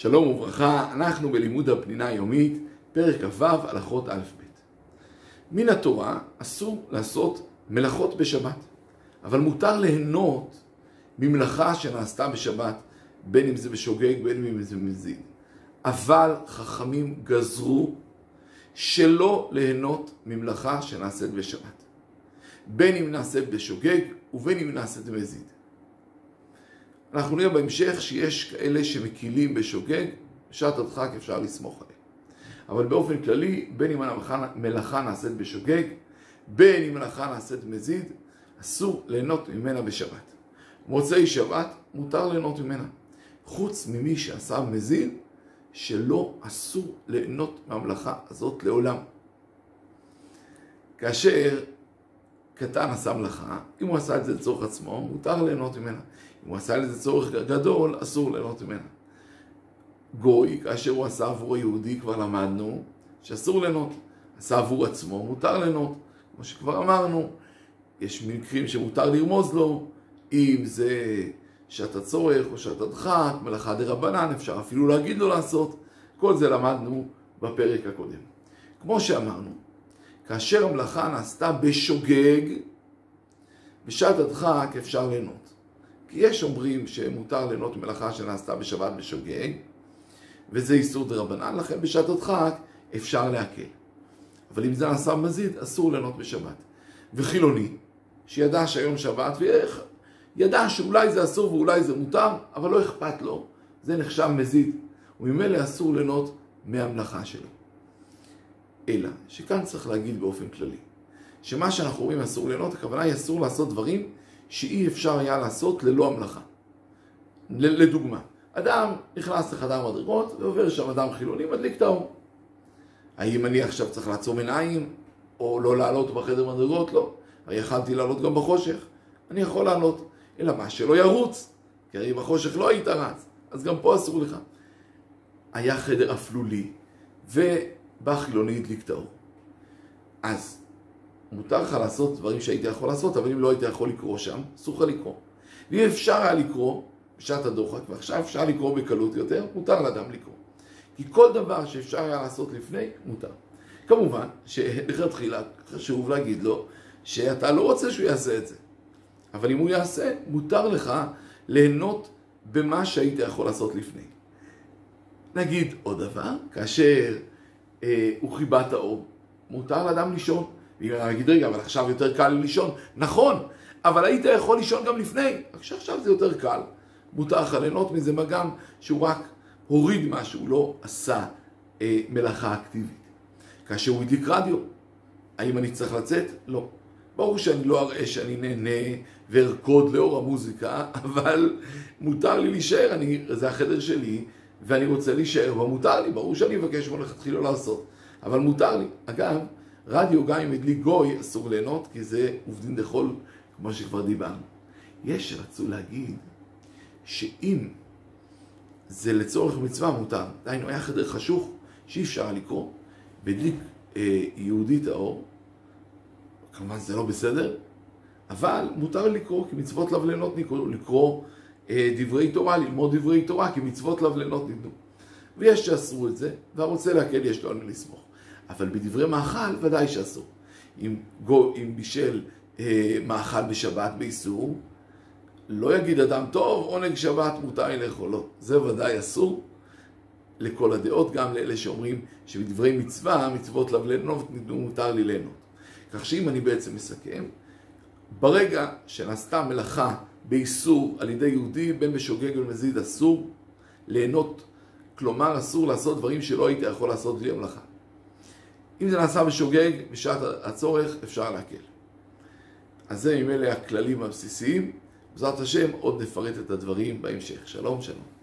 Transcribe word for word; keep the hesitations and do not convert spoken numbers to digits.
שלום וברכה, אנחנו בלימוד הפנינה היומית, פרק כ"ו, הלכות א' ב'. מן התורה אסור לעשות מלאכות בשבת, אבל מותר ליהנות ממלאכה שנעשתה בשבת, בין אם זה בשוגג, בין אם זה במזיד. אבל חכמים גזרו שלא ליהנות ממלאכה שנעשית בשבת, בין אם נעשית בשוגג ובין אם נעשית במזיד. אנחנו נראה בהמשך שיש כאלה שמקילים בשוגג, בשעת הדחק אפשר לסמוך עליהם. אבל באופן כללי, בין אם המלאכה נעשית בשוגג, בין אם מלאכה נעשית במזיד, אסור ליהנות ממנה בשבת. מוצאי שבת מותר ליהנות ממנה, חוץ ממי שעשה במזיד, שלא אסור ליהנות מהמלאכה הזאת לעולם. כאשר קטן עשה מלאכה, אם הוא עשה את זה לצורך עצמו, מותר ליהנות ממנה. אם הוא עשה את זה לצורך גדול, אסור ליהנות ממנה. גוי, כאשר הוא עשה עבור היהודי, כבר למדנו שאסור ליהנות. עשה עבור עצמו, מותר ליהנות. כמו שכבר אמרנו, יש מקרים שמותר לרמוז לו, אם זה שעת הצורך או שעת הדחק, מלאכה דרבנן, אפשר אפילו להגיד לו לעשות. כל זה למדנו בפרק הקודם. כמו שאמרנו, כאשר המלאכה נעשתה בשוגג, בשעת הדחק אפשר ליהנות. כי יש אומרים שמותר ליהנות מלאכה שנעשתה בשבת בשוגג, וזה איסור דרבנן, לכן בשעת הדחק אפשר להקל. אבל אם זה נעשה במזיד, אסור ליהנות בשבת. וחילוני, שידע שהיום שבת, וידע שאולי זה אסור ואולי זה מותר, אבל לא אכפת לו, זה נחשב מזיד, וממילא אסור ליהנות מהמלאכה שלו. אלא שכאן צריך להגיד באופן כללי, שמה שאנחנו רואים אסור ליהנות, הכוונה היא אסור לעשות דברים שאי אפשר היה לעשות ללא המלאכה. לדוגמה, אדם נכנס לחדר מדרגות ועובר שם אדם חילוני, מדליק את האור. האם אני עכשיו צריך לעצום עיניים או לא לעלות בחדר מדרגות? לא. הרי יכלתי לעלות גם בחושך, אני יכול לעלות. אלא מה, שלא ירוץ, כי הרי בחושך לא היית רץ, אז גם פה אסור לך. היה חדר אפלולי ובא חילוני הדליק את האור. אז מותר לך לעשות דברים שהייתי יכול לעשות, אבל אם לא הייתי יכול לקרוא שם, אסור לך לקרוא. ואם אפשר היה לקרוא בשעת הדוחק, ועכשיו אפשר לקרוא בקלות יותר, מותר לאדם לקרוא. כי כל דבר שאפשר היה לעשות לפני, מותר. כמובן שלכתחילה חשוב להגיד לו שאתה לא רוצה שהוא יעשה את זה. אבל אם הוא יעשה, מותר לך ליהנות במה שהיית יכול לעשות לפני. נגיד עוד דבר, כאשר אה, הוא חיבה את האור, מותר לאדם לישון. נגיד, רגע, אבל עכשיו יותר קל לישון. נכון, אבל היית יכול לישון גם לפני. רק שעכשיו זה יותר קל. מותר לך ליהנות מזה, מה גם שהוא רק הוריד משהו, לא עשה אה, מלאכה אקטיבית. כאשר הוא הדליק רדיו, האם אני צריך לצאת? לא. ברור שאני לא אראה שאני נהנה וארקוד לאור המוזיקה, אבל מותר לי להישאר, אני, זה החדר שלי, ואני רוצה להישאר, ומותר לי, ברור שאני אבקש מלכתחילה לא לעשות. אבל מותר לי. אגב, רדיו גם אם הדליק גוי אסור ליהנות, כי זה עובדין דחול, כמו שכבר דיברנו. יש שרצו להגיד שאם זה לצורך מצווה מותר, דיינו היה חדר חשוך שאי אפשר לקרוא, והדליק אה, יהודי את האור, כמובן זה לא בסדר, אבל מותר לקרוא, כי מצוות לאו ליהנות ניתנו, לקרוא אה, דברי תורה, ללמוד דברי תורה, כי מצוות לאו ליהנות ניתנו. ויש שאסרו את זה, והרוצה להקל יש לו על לסמוך. אבל בדברי מאכל ודאי שאסור. אם, גו, אם בישל אה, מאכל בשבת באיסור, לא יגיד אדם, טוב, עונג שבת מותר לי לאכול. לא, זה ודאי אסור לכל הדעות, גם לאלה שאומרים שבדברי מצווה, מצוות לאו ליהנות, מותר לי ליהנות. כך שאם אני בעצם מסכם, ברגע שנעשתה מלאכה באיסור על ידי יהודי, בין בשוגג ומזיד, אסור ליהנות, כלומר אסור לעשות דברים שלא הייתי יכול לעשות בלי המלאכה. אם זה נעשה בשוגג, בשעת הצורך, אפשר להקל. אז זה ממילא הכללים הבסיסיים. בעזרת השם עוד נפרט את הדברים בהמשך. שלום, שלום.